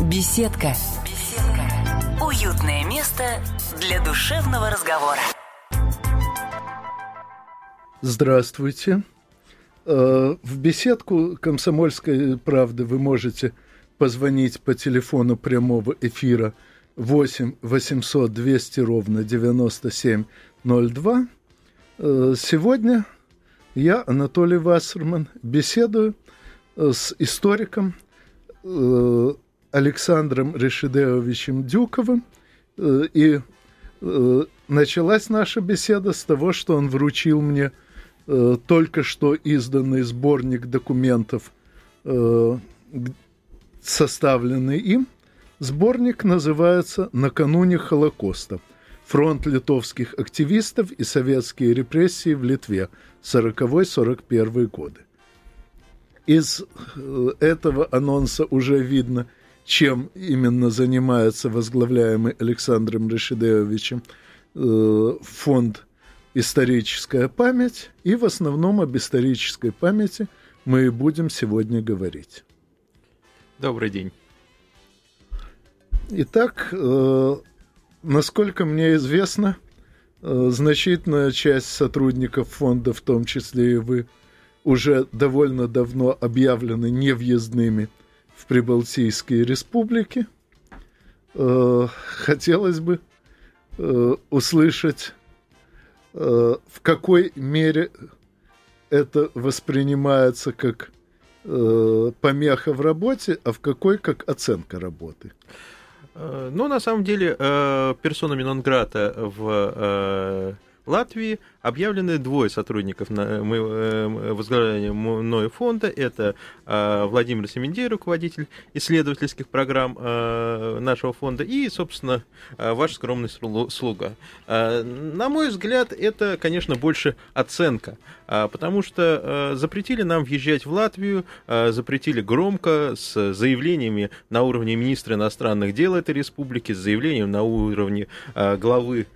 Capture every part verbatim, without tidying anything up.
Беседка. Беседка. Уютное место для душевного разговора. Здравствуйте. В беседку «Комсомольской правды» вы можете позвонить по телефону прямого эфира восемь восемьсот двести ровно девяносто семь ноль два. Сегодня я, Анатолий Вассерман, беседую с историком Александром Решедеовичем Дюковым. И началась наша беседа с того, что он вручил мне только что изданный сборник документов, составленный им. Сборник называется «Накануне Холокоста. Фронт литовских активистов и советские репрессии в Литве. сороковой сорок первый годы». Из этого анонса уже видно, чем именно занимается возглавляемый Александром Решедеовичем фонд «Историческая память», и в основном об исторической памяти мы и будем сегодня говорить. Добрый день. Итак, э, насколько мне известно, э, значительная часть сотрудников фонда, в том числе и вы, уже довольно давно объявлены невъездными в Прибалтийские республики. Э, хотелось бы э, услышать, э, в какой мере это воспринимается как э, помеха в работе, а в какой как оценка работы. Ну, на самом деле, персонами нон-грата в Латвии объявлены двое сотрудников возглавляния мною фонда. Это Владимир Семендей, руководитель исследовательских программ нашего фонда, и, собственно, ваш скромный слуга. На мой взгляд, это, конечно, больше оценка, потому что запретили нам въезжать в Латвию, запретили громко, с заявлениями на уровне министра иностранных дел этой республики, с заявлением на уровне главы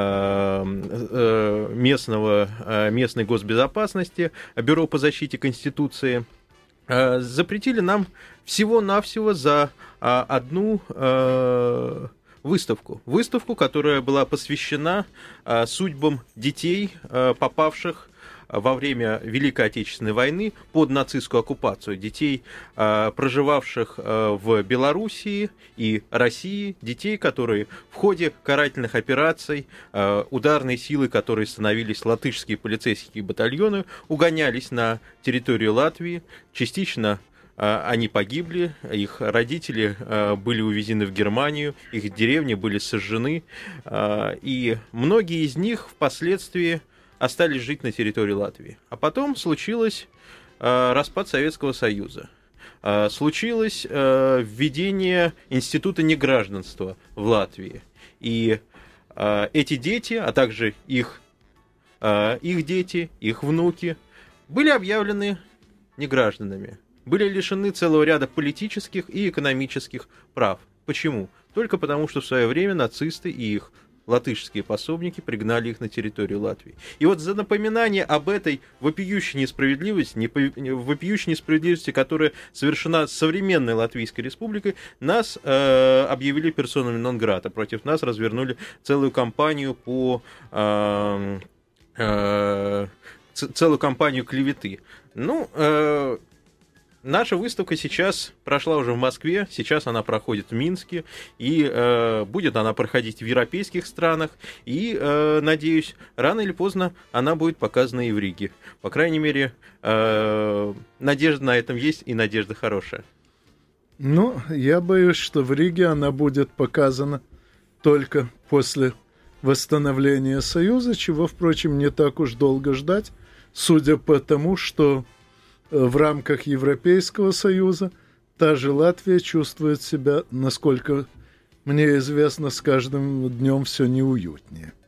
местного, местной госбезопасности, Бюро по защите Конституции, запретили нам всего-навсего за одну выставку. Выставку, которая была посвящена судьбам детей, попавших во время Великой Отечественной войны под нацистскую оккупацию, детей, проживавших в Белоруссии и России, детей, которые в ходе карательных операций, ударной силы, которые становились латышские полицейские батальоны, угонялись на территорию Латвии, частично они погибли, их родители были увезены в Германию, их деревни были сожжены, и многие из них впоследствии остались жить на территории Латвии. А потом случилось э, распад Советского Союза. Э, случилось э, введение института негражданства в Латвии. И э, эти дети, а также их, э, их дети, их внуки были объявлены негражданами. Были лишены целого ряда политических и экономических прав. Почему? Только потому, что в свое время нацисты и их латышские пособники пригнали их на территорию Латвии. И вот за напоминание об этой вопиющей несправедливости, вопиющей несправедливости, которая совершена современной Латвийской республикой, нас э, объявили персонами нон-грата. Против нас развернули целую кампанию по э, э, целую кампанию клеветы. Ну, э, наша выставка сейчас прошла уже в Москве, сейчас она проходит в Минске, и э, будет она проходить в европейских странах, и, э, надеюсь, рано или поздно она будет показана и в Риге. По крайней мере, э, надежда на этом есть, и надежда хорошая. Ну, я боюсь, что в Риге она будет показана только после восстановления Союза, чего, впрочем, не так уж долго ждать, судя по тому, что в рамках Европейского Союза та же Латвия чувствует себя, насколько мне известно, с каждым днем все неуютнее.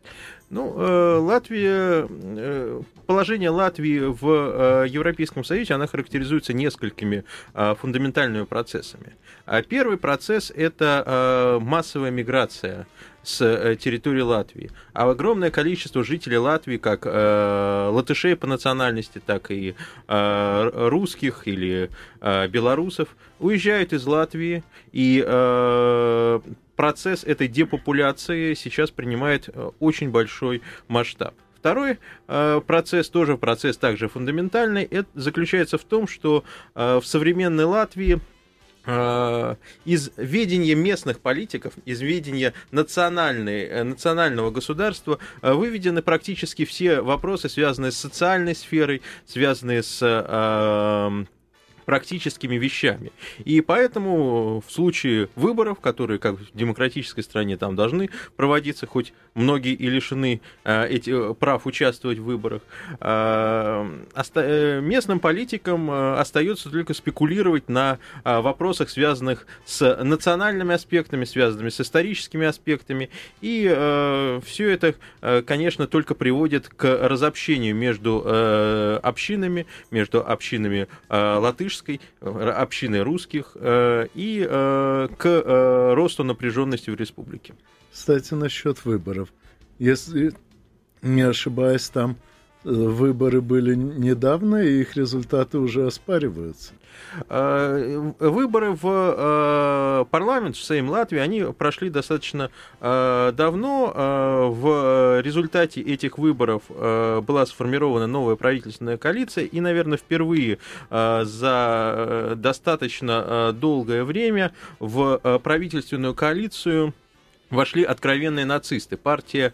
Ну, э, Латвия, э, положение Латвии в э, Европейском Союзе, она характеризуется несколькими э, фундаментальными процессами. А первый процесс – это э, массовая миграция с э, территории Латвии. А огромное количество жителей Латвии, как э, латышей по национальности, так и э, русских или э, белорусов, уезжают из Латвии, и э, процесс этой депопуляции сейчас принимает очень большой масштаб. Второй э, процесс, тоже процесс также фундаментальный, это заключается в том, что э, в современной Латвии э, из ведения местных политиков, из ведения национальной, э, национального государства э, выведены практически все вопросы, связанные с социальной сферой, связанные с э, практическими вещами. И поэтому в случае выборов, которые, как в демократической стране, там должны проводиться, хоть многие и лишены э, этих прав участвовать в выборах, э, оста- местным политикам э, остается только спекулировать на э, вопросах, связанных с национальными аспектами, связанными с историческими аспектами. И э, все это, э, конечно, только приводит к разобщению между э, общинами, между общинами э, латышскими, общины русских и к росту напряженности в республике. Кстати, насчет выборов. Если не ошибаюсь, там выборы были недавно, и их результаты уже оспариваются. Выборы в парламент, в Сейм Латвии, они прошли достаточно давно. В результате этих выборов была сформирована новая правительственная коалиция, и, наверное, впервые за достаточно долгое время в правительственную коалицию вошли откровенные нацисты, партия,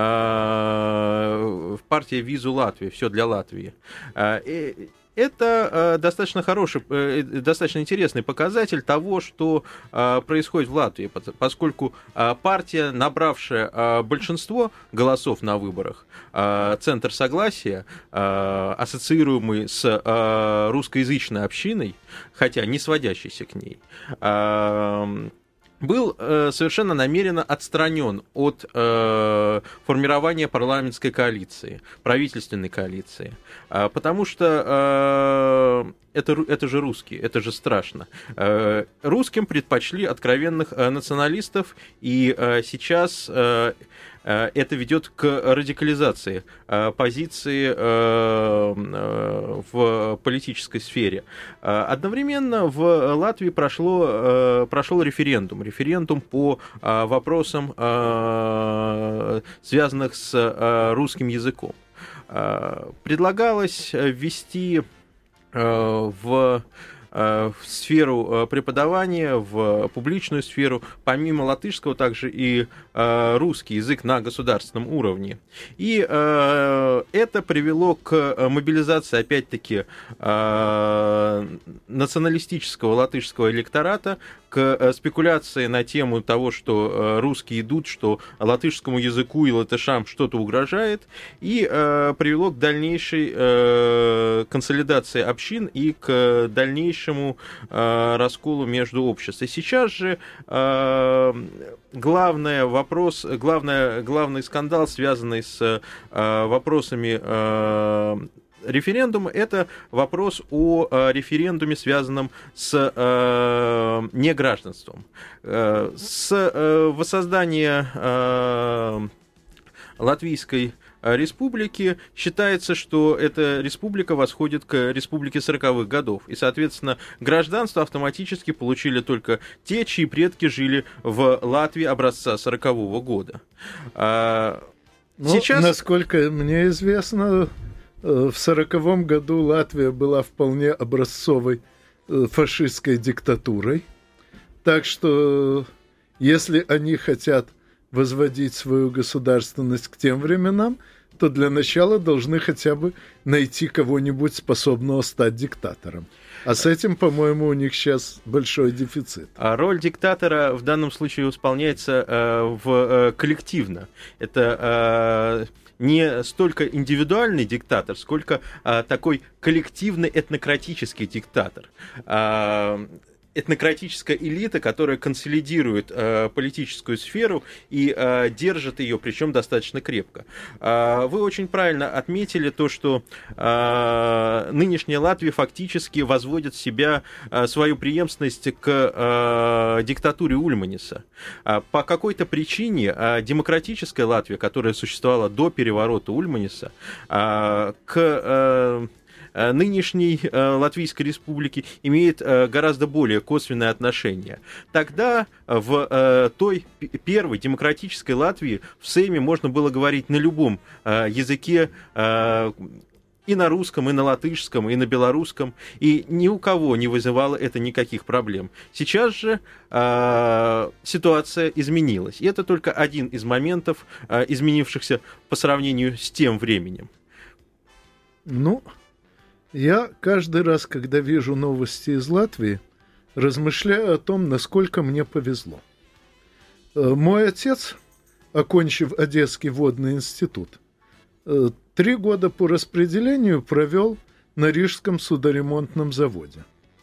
э, партия Визу Латвии, все для Латвии. Это э, достаточно хороший, э, достаточно интересный показатель того, что э, происходит в Латвии, поскольку э, партия, набравшая э, большинство голосов на выборах, э, Центр Согласия, э, ассоциируемый с э, русскоязычной общиной, хотя не сводящийся к ней, э, был э, совершенно намеренно отстранен от э, формирования парламентской коалиции, правительственной коалиции, э, потому что э, это, это же русские, это же страшно. Э, русским предпочли откровенных э, националистов, и э, сейчас э, это ведет к радикализации позиции в политической сфере. Одновременно в Латвии прошло, прошел референдум. Референдум по вопросам, связанных с русским языком. Предлагалось ввести в в сферу преподавания, в публичную сферу, помимо латышского, также и э, русский язык на государственном уровне. И э, это привело к мобилизации, опять-таки, э, националистического латышского электората, к спекуляции на тему того, что русские идут, что латышскому языку и латышам что-то угрожает, и э, привело к дальнейшей э, консолидации общин и к дальнейшему э, расколу между обществом. Сейчас же э, главный вопрос, главное, главный скандал, связанный с э, вопросами э, референдум — это вопрос о э, референдуме, связанном с э, негражданством. Э, с э, воссоздания э, Латвийской республики считается, что эта республика восходит к республике сороковых годов. И, соответственно, гражданство автоматически получили только те, чьи предки жили в Латвии образца сорокового года. Э, ну, сейчас... Насколько мне известно, в сороковом году Латвия была вполне образцовой фашистской диктатурой. Так что, если они хотят возводить свою государственность к тем временам, то для начала должны хотя бы найти кого-нибудь, способного стать диктатором. А с этим, по-моему, у них сейчас большой дефицит. А роль диктатора в данном случае исполняется э, в, э, коллективно. Это... Э, не столько индивидуальный диктатор, сколько а, такой коллективный этнократический диктатор. А, этнократическая элита, которая консолидирует э, политическую сферу и э, держит ее, причем достаточно крепко. Э, вы очень правильно отметили то, что э, нынешняя Латвия фактически возводит в себя э, свою преемственность к э, диктатуре Ульманиса. Э, по какой-то причине э, демократическая Латвия, которая существовала до переворота Ульманиса, э, к э, нынешней э, Латвийской Республики имеет э, гораздо более косвенное отношение. Тогда в э, той первой демократической Латвии в Сейме можно было говорить на любом э, языке, э, и на русском, и на латышском, и на белорусском, и ни у кого не вызывало это никаких проблем. Сейчас же э, ситуация изменилась, и это только один из моментов, э, изменившихся по сравнению с тем временем. Ну... Я каждый раз, когда вижу новости из Латвии, размышляю о том, насколько мне повезло. Мой отец, окончив Одесский водный институт, три года по распределению провел на Рижском судоремонтном заводе.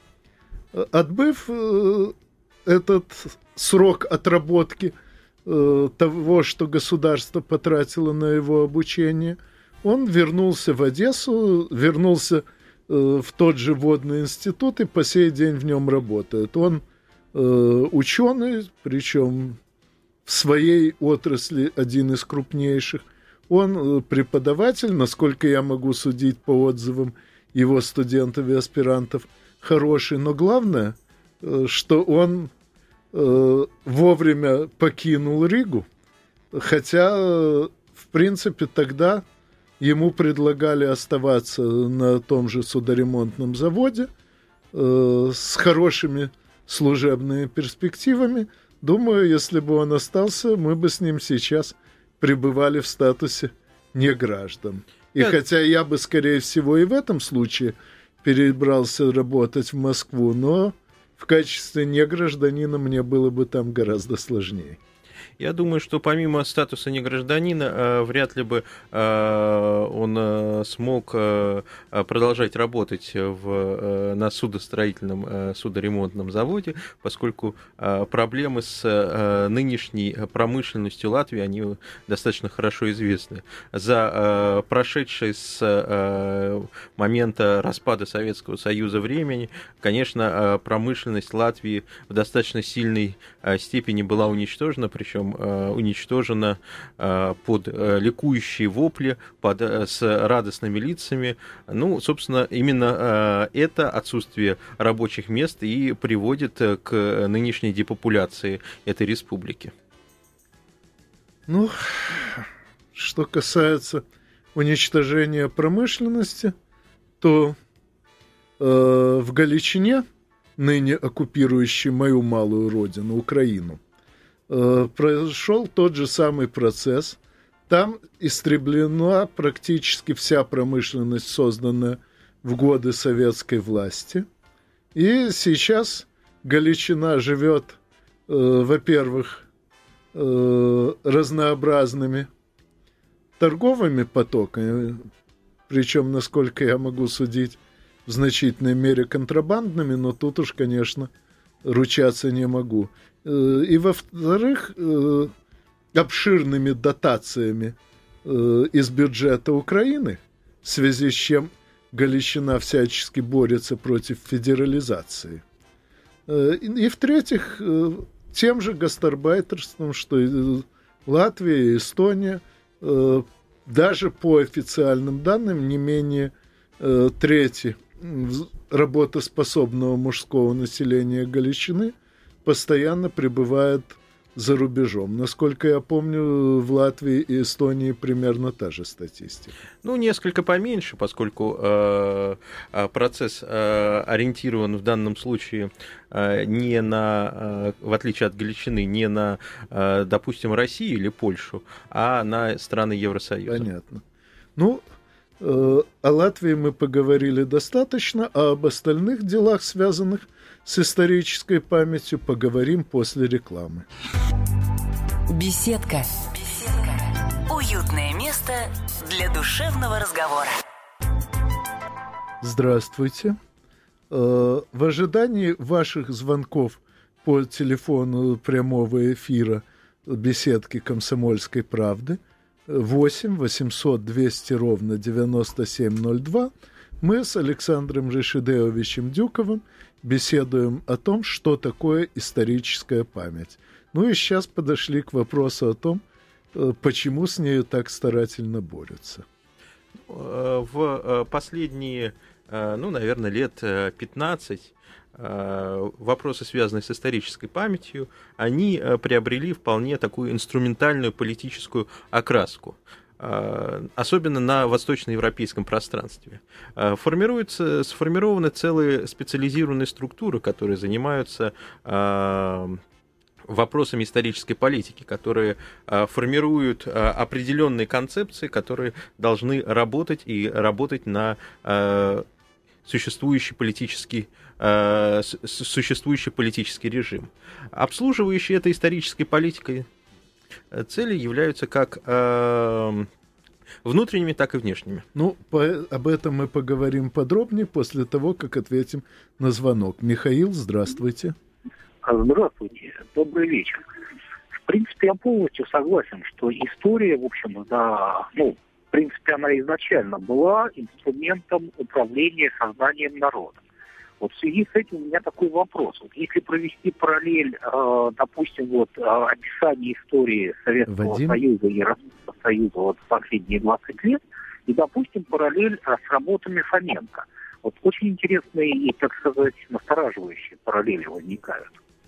Отбыв этот срок отработки того, что государство потратило на его обучение, он вернулся в Одессу, вернулся э, в тот же водный институт и по сей день в нем работает. Он э, ученый, причем в своей отрасли один из крупнейших. Он э, преподаватель, насколько я могу судить по отзывам его студентов и аспирантов, хороший. Но главное, э, что он э, вовремя покинул Ригу, хотя, э, в принципе, тогда... Ему предлагали оставаться на том же судоремонтном заводе э, с хорошими служебными перспективами. Думаю, если бы он остался, мы бы с ним сейчас пребывали в статусе неграждан. И Нет. хотя я бы, скорее всего, и в этом случае перебрался работать в Москву, но в качестве негражданина мне было бы там гораздо сложнее. Я думаю, что помимо статуса негражданина, э, вряд ли бы э, он э, смог э, продолжать работать в, э, на судостроительном, э, судоремонтном заводе, поскольку э, проблемы с э, нынешней промышленностью Латвии, они достаточно хорошо известны. За э, прошедшее с э, момента распада Советского Союза времени, конечно, э, промышленность Латвии в достаточно сильной э, степени была уничтожена, причем уничтожена под ликующие вопли, под, с радостными лицами. Ну, собственно, именно это отсутствие рабочих мест и приводит к нынешней депопуляции этой республики. Ну, что касается уничтожения промышленности, то э, в Галичине, ныне оккупирующей мою малую родину, Украину, произошел тот же самый процесс. Там истреблена практически вся промышленность, созданная в годы советской власти. И сейчас Галичина живет, э, во-первых, э, разнообразными торговыми потоками, причем, насколько я могу судить, в значительной мере контрабандными, но тут уж, конечно, ручаться не могу. И, во-вторых, обширными дотациями из бюджета Украины, в связи с чем Галичина всячески борется против федерализации. И, в-третьих, тем же гастарбайтерством, что и Латвия и Эстония, даже по официальным данным, не менее трети работоспособного мужского населения Галичины постоянно пребывает за рубежом. Насколько я помню, в Латвии и Эстонии примерно та же статистика. Ну, несколько поменьше, поскольку э, процесс э, ориентирован в данном случае э, не на, э, в отличие от Галичины, не на, э, допустим, Россию или Польшу, а на страны Евросоюза. Понятно. Ну, э, о Латвии мы поговорили достаточно, а об остальных делах, связанных с исторической памятью, поговорим после рекламы. Беседка. Беседка. Уютное место для душевного разговора. Здравствуйте. В ожидании ваших звонков по телефону прямого эфира беседки «Комсомольской правды» восемь восемьсот двести ровно девяносто семь ноль два мы с Александром Решедеовичем Дюковым беседуем о том, что такое историческая память. Ну и сейчас подошли к вопросу о том, почему с нею так старательно борются. В последние, ну, наверное, лет пятнадцать вопросы, связанные с исторической памятью, они приобрели вполне такую инструментальную политическую окраску, особенно на восточноевропейском пространстве. Формируются, сформированы целые специализированные структуры, которые занимаются вопросами исторической политики, которые формируют определенные концепции, которые должны работать и работать на существующий политический, существующий политический режим. Обслуживающие этой исторической политикой цели являются как внутренними, так и внешними. Ну, по, об этом мы поговорим подробнее после того, как ответим на звонок. Михаил, здравствуйте. Здравствуйте, добрый вечер. В принципе, я полностью согласен, что история, в общем, да, ну, в принципе, она изначально была инструментом управления сознанием народа. Вот в связи с этим у меня такой вопрос. Вот если провести параллель, э, допустим, вот э, описание истории Советского Вадим? Союза и Российского Союза вот в последние двадцать лет, и, допустим, параллель э, с работами Фоменко. Вот очень интересные и, так сказать, настораживающие параллели возникают.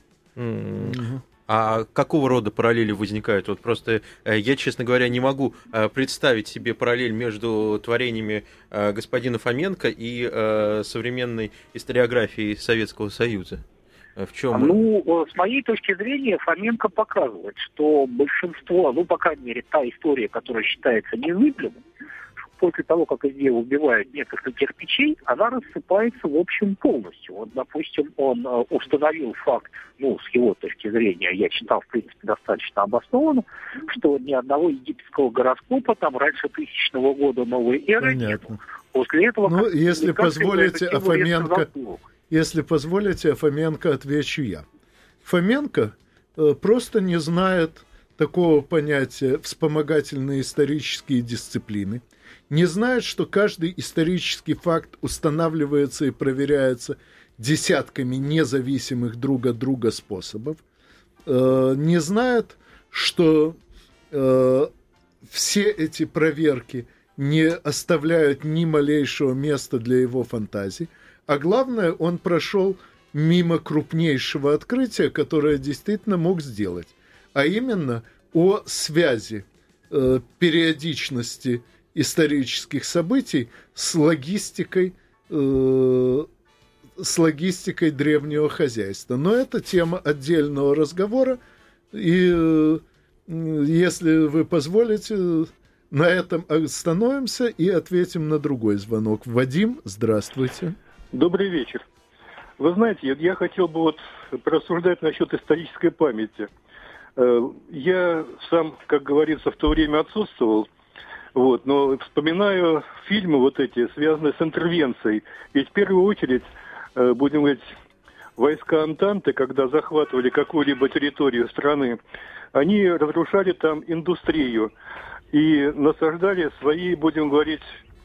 Mm-hmm. А какого рода параллели возникают? Вот просто я, честно говоря, не могу представить себе параллель между творениями господина Фоменко и современной историографией Советского Союза. В чем? Ну, с моей точки зрения, Фоменко показывает, что большинство, ну, по крайней мере, та история, которая считается незыблемой, после того, как из нее убивают несколько кирпичей, она рассыпается, в общем, полностью. Вот, допустим, он э, установил факт, ну, с его точки зрения, я читал, в принципе, достаточно обоснованно, что ни одного египетского гороскопа там раньше тысячного года новой эры нет. После этого... Ну, если позволите, о Фоменко, если позволите, о Фоменко отвечу я. Фоменко э, просто не знает такого понятия вспомогательные исторические дисциплины, не знает, что каждый исторический факт устанавливается и проверяется десятками независимых друг от друга способов, э, не знает, что э, все эти проверки не оставляют ни малейшего места для его фантазии, а главное, он прошел мимо крупнейшего открытия, которое действительно мог сделать, а именно о связи э, периодичности исторических событий с логистикой, э, с логистикой древнего хозяйства. Но это тема отдельного разговора, и э, если вы позволите, на этом остановимся и ответим на другой звонок. Вадим, здравствуйте. Добрый вечер. Вы знаете, я хотел бы вот порассуждать насчет исторической памяти. Я сам, как говорится, в то время отсутствовал, вот, но вспоминаю фильмы вот эти, связанные с интервенцией. Ведь в первую очередь, будем говорить, войска Антанты, когда захватывали какую-либо территорию страны, они разрушали там индустрию и насаждали свои, будем говорить,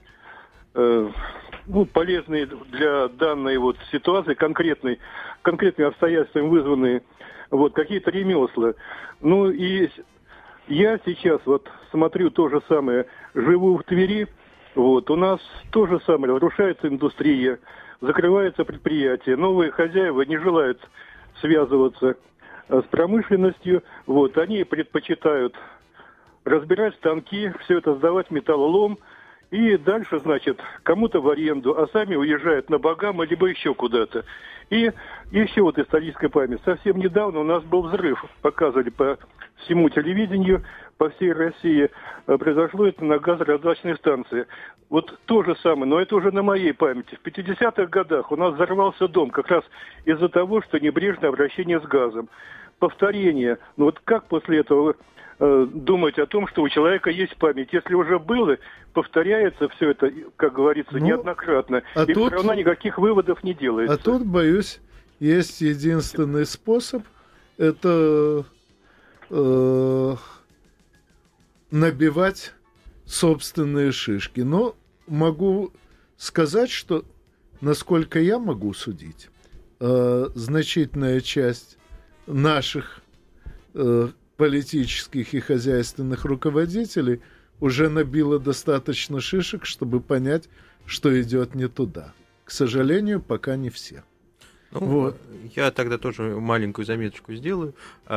э, ну, полезные для данной вот ситуации, конкретной, конкретными обстоятельствами вызванные вот какие-то ремесла. Ну и я сейчас вот смотрю то же самое, живу в Твери, вот, у нас то же самое, разрушается индустрия, закрываются предприятия, новые хозяева не желают связываться с промышленностью, вот, они предпочитают разбирать станки, все это сдавать в металлолом, и дальше, значит, кому-то в аренду, а сами уезжают на Багамы, либо еще куда-то. И еще вот историческая память. Совсем недавно у нас был взрыв, показывали по всему телевидению, по всей России. Произошло это на газораздачной станции. Вот то же самое, но это уже на моей памяти. В пятидесятых годах у нас взорвался дом как раз из-за того, что небрежное обращение с газом. Повторение. Ну вот как после этого э, думать о том, что у человека есть память. Если уже было, повторяется все это, как говорится, ну, неоднократно, а и тут, все равно никаких выводов не делается. А тут, боюсь, есть единственный способ, это э, набивать собственные шишки. Но могу сказать, что, насколько я могу судить, э, значительная часть наших э, политических и хозяйственных руководителей уже набила достаточно шишек, чтобы понять, что идет не туда. К сожалению, пока не все. Ну, вот. Я тогда тоже маленькую заметочку сделаю.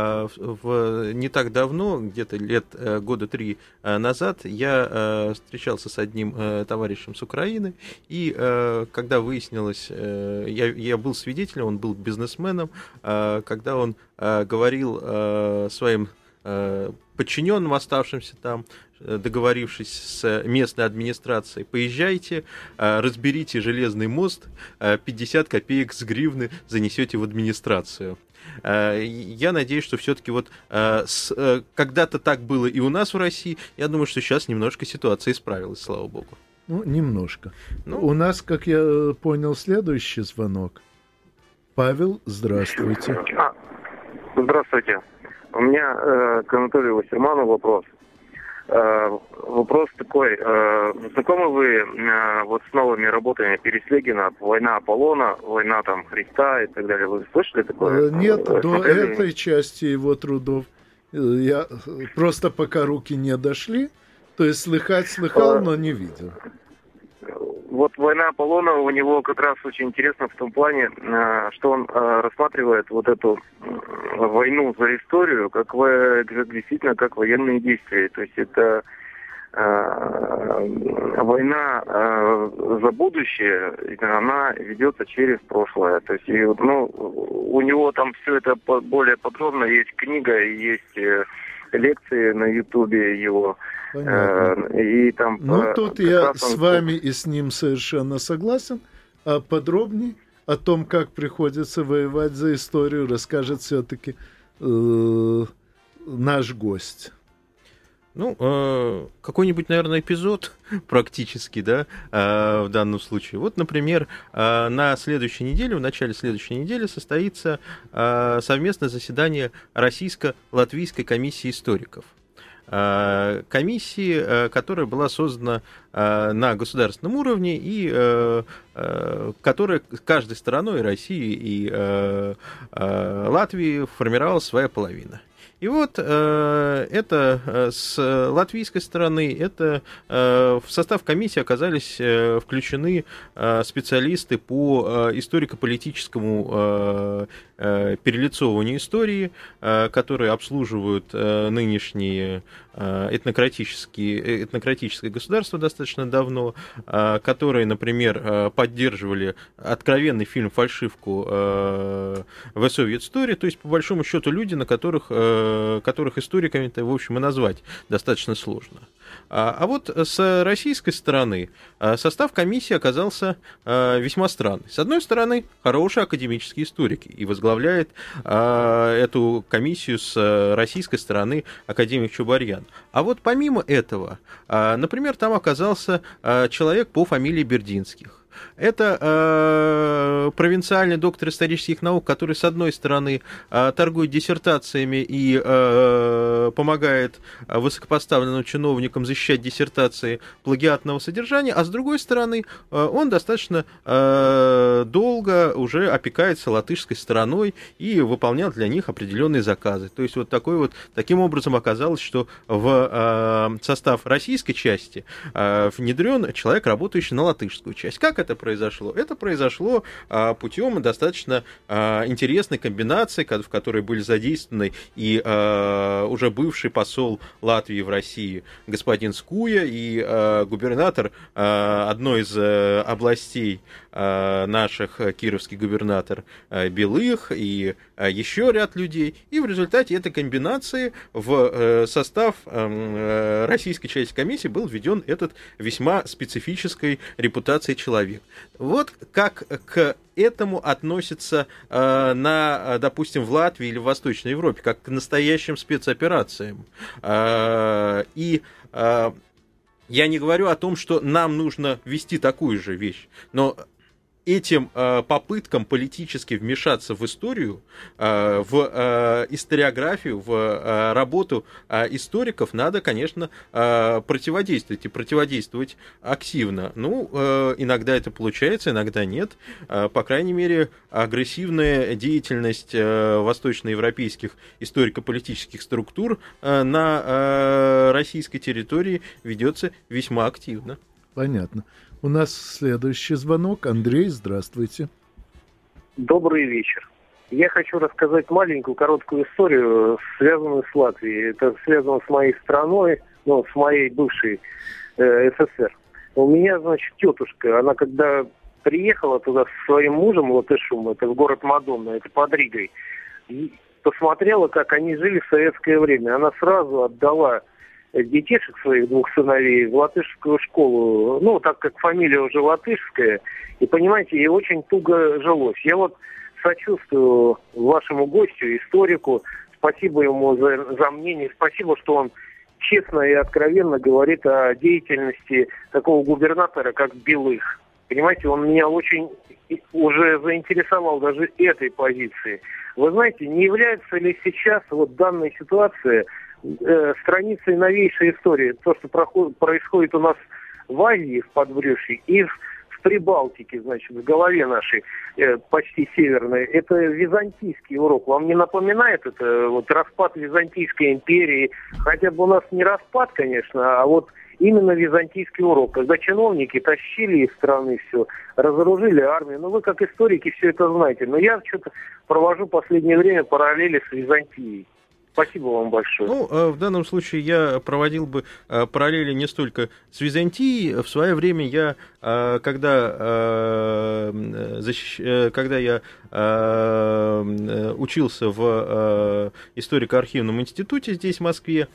В, не так давно, где-то лет года три назад, я встречался с одним товарищем с Украины, и когда выяснилось, я, я был свидетелем, он был бизнесменом, когда он говорил своим подчиненным, оставшимся там, договорившись с местной администрацией, поезжайте, разберите железный мост, пятьдесят копеек с гривны занесете в администрацию. Я надеюсь, что все-таки вот когда-то так было и у нас в России. Я думаю, что сейчас немножко ситуация исправилась, слава богу. Ну, немножко. Ну, у нас, как я понял, следующий звонок. Павел, здравствуйте. А, здравствуйте. У меня э, к Анатолию Вассерману вопрос. Э, вопрос такой. Э, знакомы вы э, вот с новыми работами Переслегина, «Война Аполлона», «Война там Христа» и так далее? Вы слышали такое? Нет, э, до смотрели? этой части его трудов я просто пока руки не дошли. То есть слыхать слыхал, но не видел. Вот «Война Аполлона» у него как раз очень интересно в том плане, что он рассматривает вот эту войну за историю как, как действительно как военные действия. То есть это война за будущее, она ведется через прошлое. То есть, ну, у него там все это более подробно, есть книга, есть лекции на Ютубе его. Понятно. И там, ну, тут я он... с вами и с ним совершенно согласен. А подробнее о том, как приходится воевать за историю, расскажет все-таки э, наш гость. Ну, э, какой-нибудь, наверное, эпизод практически, да, э, в данном случае. Вот, например, э, на следующей неделе, в начале следующей недели состоится э, совместное заседание Российско-Латвийской комиссии историков. Комиссии, которая была создана на государственном уровне и которая каждой стороной, России и Латвии, формировала своя половина. И вот э, это с латвийской стороны, это э, в состав комиссии оказались э, включены э, специалисты по э, историко-политическому э, э, перелицовыванию истории, э, которые обслуживают э, нынешние э, этнократические, этнократическое государство достаточно давно, э, которые, например, э, поддерживали откровенный фильм «Фальшивку» э, The Soviet Story, то есть, по большому счету, люди, на которых э, которых историками-то, в общем, и назвать достаточно сложно. А, а вот с российской стороны состав комиссии оказался а, весьма странный. С одной стороны, хорошие академические историки, и возглавляет а, эту комиссию с российской стороны академик Чубарьян. А вот помимо этого, а, например, там оказался а, человек по фамилии Бердинских. Это э, провинциальный доктор исторических наук, который, с одной стороны, э, торгует диссертациями и э, помогает высокопоставленным чиновникам защищать диссертации плагиатного содержания, а с другой стороны, э, он достаточно э, долго уже опекается латышской стороной и выполнял для них определенные заказы. То есть вот такой вот, таким образом оказалось, что в э, состав российской части э, внедрен человек, работающий на латышскую часть. Как это произошло? Это произошло а, путем достаточно а, интересной комбинации, в которой были задействованы и а, уже бывший посол Латвии в России господин Скуя и а, губернатор а, одной из а, областей а, наших, кировский губернатор а, Белых и а, еще ряд людей. И в результате этой комбинации в а, состав а, российской части комиссии был введен этот весьма специфической репутацией человек. век. Вот как к этому относятся э, на, допустим, в Латвии или в Восточной Европе, как к настоящим спецоперациям. Э, и э, я не говорю о том, что нам нужно вести такую же вещь, но этим э, попыткам политически вмешаться в историю, э, в э, историографию, в э, работу э, историков надо, конечно, э, противодействовать и противодействовать активно. Ну, э, иногда это получается, иногда нет. Э, по крайней мере, агрессивная деятельность э, восточноевропейских историко-политических структур э, на э, российской территории ведется весьма активно. Понятно. У нас следующий звонок. Андрей, здравствуйте. Добрый вечер. Я хочу рассказать маленькую, короткую историю, связанную с Латвией. Это связано с моей страной, ну, с моей бывшей э, СССР. У меня, значит, тетушка, она когда приехала туда со своим мужем, латышом, это в город Мадонна, это под Ригой, и посмотрела, как они жили в советское время. Она сразу отдала детишек своих двух сыновей в латышскую школу, ну, так как фамилия уже латышская, и, понимаете, ей очень туго жилось. Я вот сочувствую вашему гостю, историку, спасибо ему за, за мнение, спасибо, что он честно и откровенно говорит о деятельности такого губернатора, как Белых. Понимаете, он меня очень уже заинтересовал даже этой позиции. Вы знаете, не является ли сейчас вот данная ситуация э, страницей новейшей истории, то, что проходит, происходит у нас в Азии, в подбрюшье, и в, в Прибалтике, значит, в голове нашей, э, почти северной, это византийский урок. Вам не напоминает это вот распад Византийской империи? Хотя бы у нас не распад, конечно, а вот именно византийский урок, когда чиновники тащили из страны все, разоружили армию. Ну, вы как историки все это знаете. Но я что-то провожу в последнее время параллели с Византией. Спасибо вам большое. Ну, в данном случае я проводил бы параллели не столько с Византией. В свое время я, когда, защищ... когда я учился в историко-архивном институте здесь, в Москве,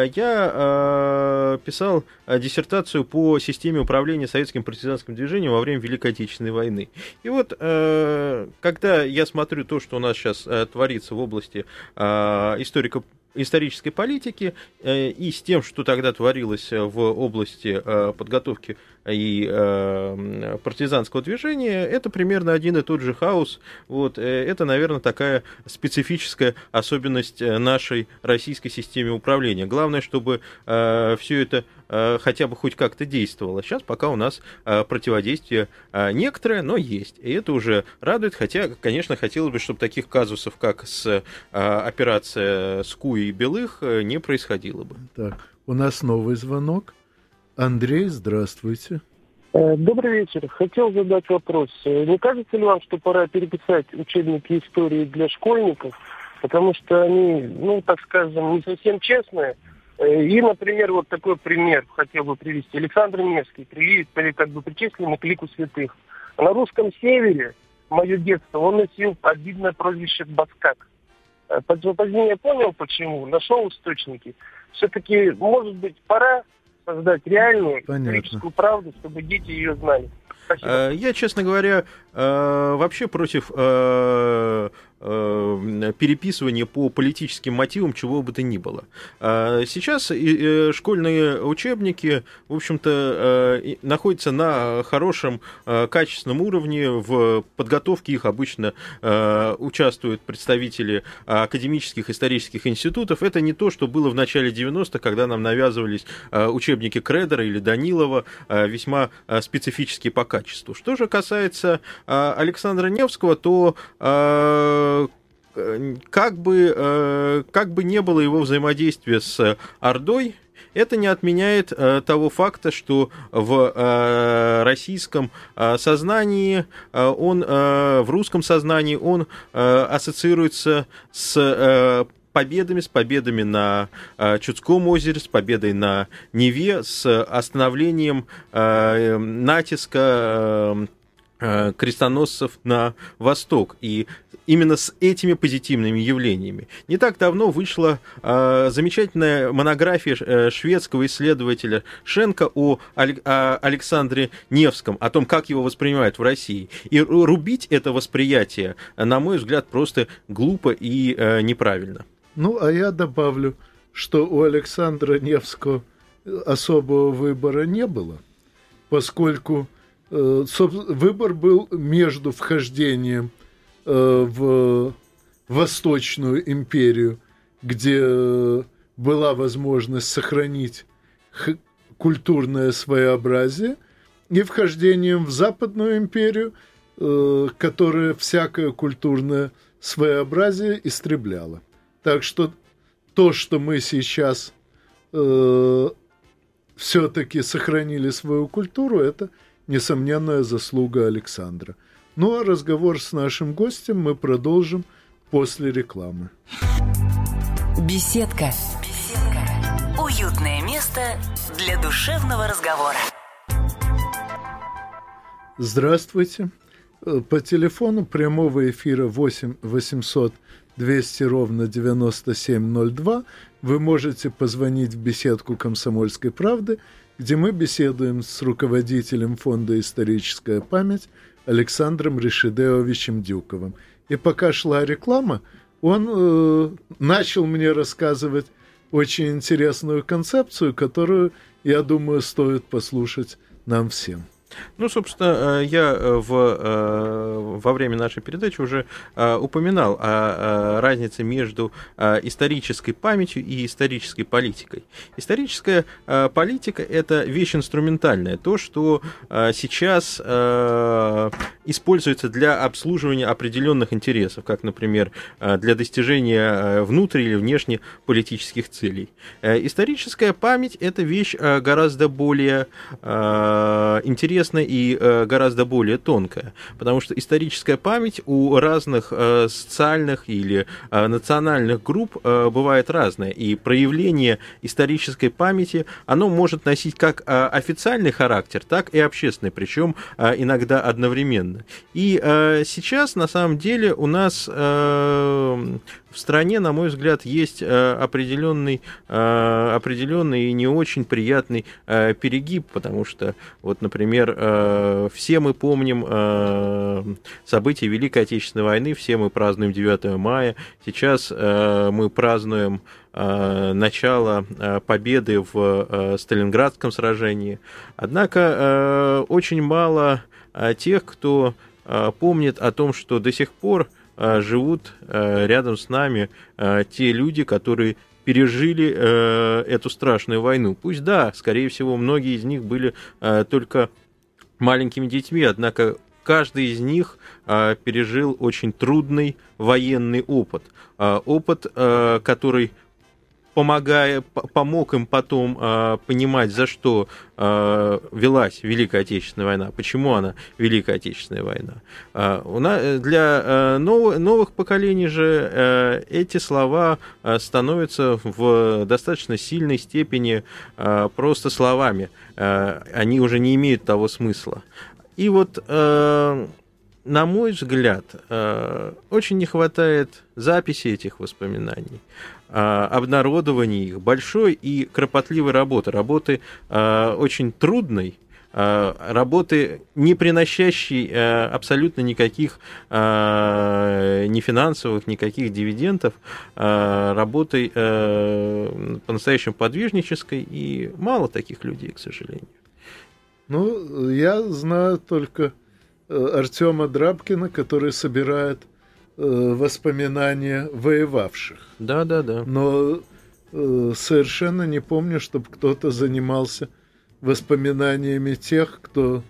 я писал диссертацию по системе управления советским партизанским движением во время Великой Отечественной войны. И вот, когда я смотрю то, что у нас сейчас творится в области истории исторической политики и с тем, что тогда творилось в области подготовки и партизанского движения, это примерно один и тот же хаос. Вот, это, наверное, такая специфическая особенность нашей российской системы управления. Главное, чтобы все это хотя бы хоть как-то действовало. Сейчас пока у нас противодействие некоторое, но есть. И это уже радует, хотя, конечно, хотелось бы, чтобы таких казусов, как с операцией Скуи и Белых, не происходило бы. Так, у нас новый звонок. Андрей, здравствуйте. Добрый вечер. Хотел задать вопрос. Не кажется ли вам, что пора переписать учебники истории для школьников, потому что они, ну, так скажем, не совсем честные? И, например, вот такой пример хотел бы привести. Александр Невский, как бы причисленный к лику святых. На русском севере, мое детство, он носил обидное прозвище Баскак. Позднее я понял, почему, нашел источники. Все-таки, может быть, пора создать реальную историческую правду, чтобы дети ее знали. Спасибо. Я, честно говоря, вообще против переписывания по политическим мотивам чего бы то ни было. Сейчас школьные учебники, в общем-то, находятся на хорошем, качественном уровне. В подготовке их обычно участвуют представители академических исторических институтов. Это не то, что было в начале девяностых, когда нам навязывались учебники Кредера или Данилова, весьма специфические по качеству. Что же касается Александра Невского, то как бы, как бы не было его взаимодействия с Ордой, это не отменяет э, того факта, что в э, российском э, сознании, э, он, э, в русском сознании он э, ассоциируется с э, победами, с победами на э, Чудском озере, с победой на Неве, с остановлением э, натиска э, крестоносцев на восток, и именно с этими позитивными явлениями. Не так давно вышла э, замечательная монография э, шведского исследователя Шенка о, о Александре Невском, о том, как его воспринимают в России. И рубить это восприятие, на мой взгляд, просто глупо и э, неправильно. Ну, а я добавлю, что у Александра Невского особого выбора не было, поскольку выбор был между вхождением в Восточную империю, где была возможность сохранить культурное своеобразие, и вхождением в Западную империю, которая всякое культурное своеобразие истребляла. Так что то, что мы сейчас все-таки сохранили свою культуру, это несомненная заслуга Александра. Ну а разговор с нашим гостем мы продолжим после рекламы. Беседка. Беседка. Уютное место для душевного разговора. Здравствуйте. По телефону прямого эфира восемь восемьсот двести ровно девяносто семь ноль два вы можете позвонить в беседку «Комсомольской правды», где мы беседуем с руководителем Фонда «Историческая память» Александром Ришидеовичем Дюковым. И пока шла реклама, он э, начал мне рассказывать очень интересную концепцию, которую, я думаю, стоит послушать нам всем. Ну, собственно, я в, во время нашей передачи уже упоминал о разнице между исторической памятью и исторической политикой. Историческая политика – это вещь инструментальная, то, что сейчас используется для обслуживания определенных интересов, как, например, для достижения внутренних или внешнеполитических целей. Историческая память – это вещь гораздо более интересная и э, гораздо более тонкая, потому что историческая память у разных э, социальных или э, национальных групп э, бывает разная, и проявление исторической памяти, оно может носить как э, официальный характер, так и общественный, причем э, иногда одновременно. И э, сейчас, на самом деле, у нас э, в стране, на мой взгляд, есть э, определенный, э, определенный и не очень приятный э, перегиб, потому что, вот, например, все мы помним события Великой Отечественной войны, все мы празднуем девятое мая. Сейчас мы празднуем начало победы в Сталинградском сражении. Однако очень мало тех, кто помнит о том, что до сих пор живут рядом с нами те люди, которые пережили э, эту страшную войну. Пусть да, скорее всего, многие из них были э, только маленькими детьми, однако каждый из них э, пережил очень трудный военный опыт. Э, опыт, э, который помогая, помог им потом э, понимать, за что э, велась Великая Отечественная война, почему она Великая Отечественная война. Э, у нас, для э, нов, новых поколений же э, эти слова э, становятся в достаточно сильной степени э, просто словами. Э, они уже не имеют того смысла. И вот, э, на мой взгляд, э, очень не хватает записи этих воспоминаний, обнародования их, большой и кропотливой работы, работы э, очень трудной, э, работы, не приносящей э, абсолютно никаких э, ни финансовых, никаких дивидендов, э, работой э, по-настоящему подвижнической, и мало таких людей, к сожалению. Ну, я знаю только Артема Драбкина, который собирает воспоминания воевавших. Да, да, да. Но э, совершенно не помню, чтобы кто-то занимался воспоминаниями тех, кто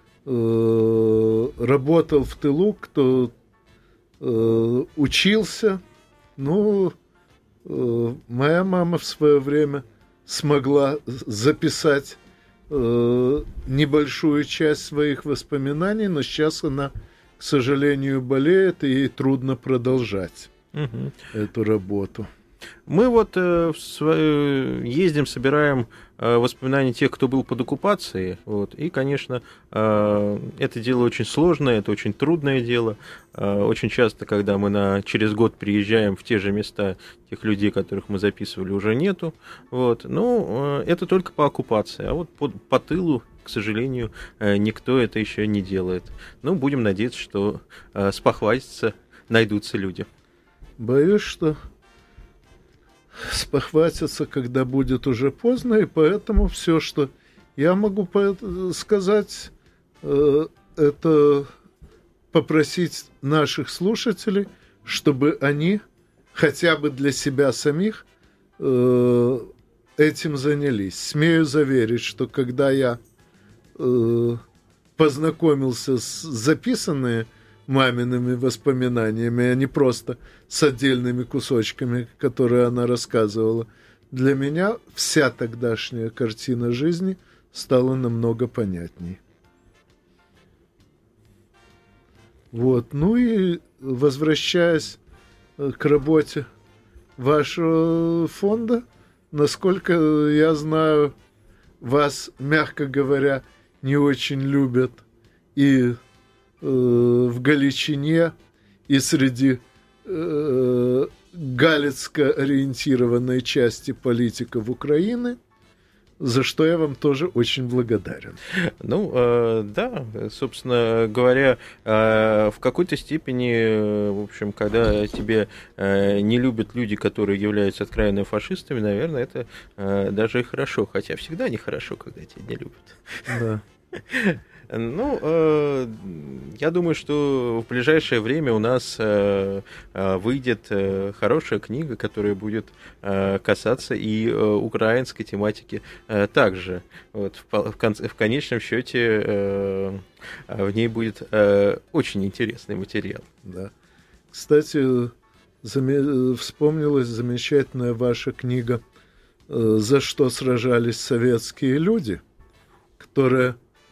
э, работал в тылу, кто э, учился. Ну, э, моя мама в свое время смогла записать э, небольшую часть своих воспоминаний, но сейчас она, к сожалению, болеет, и ей трудно продолжать угу. эту работу. Мы вот э, в, ездим, собираем э, воспоминания тех, кто был под оккупацией. Вот, и, конечно, э, это дело очень сложное, это очень трудное дело. Э, очень часто, когда мы на, через год приезжаем в те же места, тех людей, которых мы записывали, уже нету. Вот. Ну, э, это только по оккупации. А вот по, по тылу, к сожалению, э, никто это еще не делает. Ну, будем надеяться, что э, спохватиться найдутся люди. Боюсь, что спохватиться, когда будет уже поздно, и поэтому все, что я могу сказать, это попросить наших слушателей, чтобы они хотя бы для себя самих этим занялись. Смею заверить, что когда я познакомился с записанными мамиными воспоминаниями, а не просто с отдельными кусочками, которые она рассказывала, для меня вся тогдашняя картина жизни стала намного понятней. Вот. Ну и возвращаясь к работе вашего фонда, насколько я знаю, вас, мягко говоря, не очень любят и в Галичине, и среди э, галицко-ориентированной части политиков Украины, за что я вам тоже очень благодарен. Ну, э, да, собственно говоря, э, в какой-то степени, э, в общем, когда тебе э, не любят люди, которые являются откровенно фашистами, наверное, это э, даже и хорошо, хотя всегда нехорошо, когда тебя не любят. Да. Ну, э, я думаю, что в ближайшее время у нас э, выйдет э, хорошая книга, которая будет э, касаться и э, украинской тематики э, также. Вот, в, в, конце, в конечном счете э, в ней будет э, очень интересный материал. Да. Кстати, заме... вспомнилась замечательная ваша книга «За что сражались советские люди», которая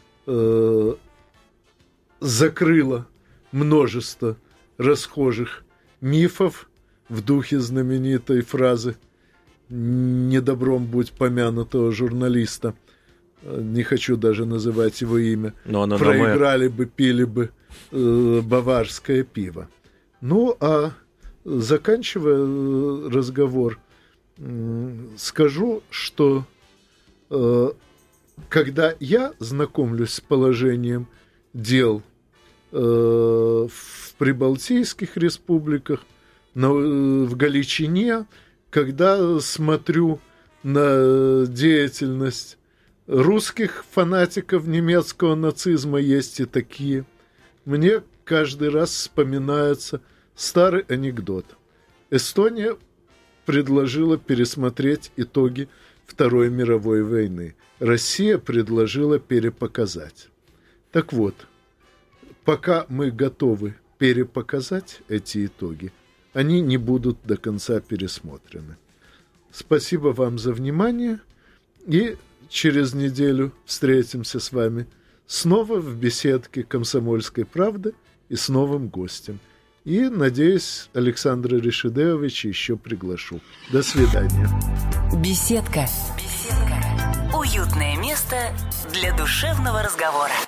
закрыла множество расхожих мифов в духе знаменитой фразы «недобром будь помянутого журналиста», не хочу даже называть его имя, проиграли бы, пили бы э, баварское пиво. Ну, а заканчивая разговор, э, скажу, что э, когда я знакомлюсь с положением дел э, в прибалтийских республиках, на, в Галичине, когда смотрю на деятельность русских фанатиков немецкого нацизма, есть и такие, мне каждый раз вспоминается старый анекдот. Эстония предложила пересмотреть итоги Второй мировой войны. Россия предложила перепоказать. Так вот, пока мы готовы перепоказать эти итоги, они не будут до конца пересмотрены. Спасибо вам за внимание, и через неделю встретимся с вами снова в беседке «Комсомольской правды» и с новым гостем. И, надеюсь, Александра Решедеевича еще приглашу. До свидания. Беседка. Беседка. Уютное место для душевного разговора.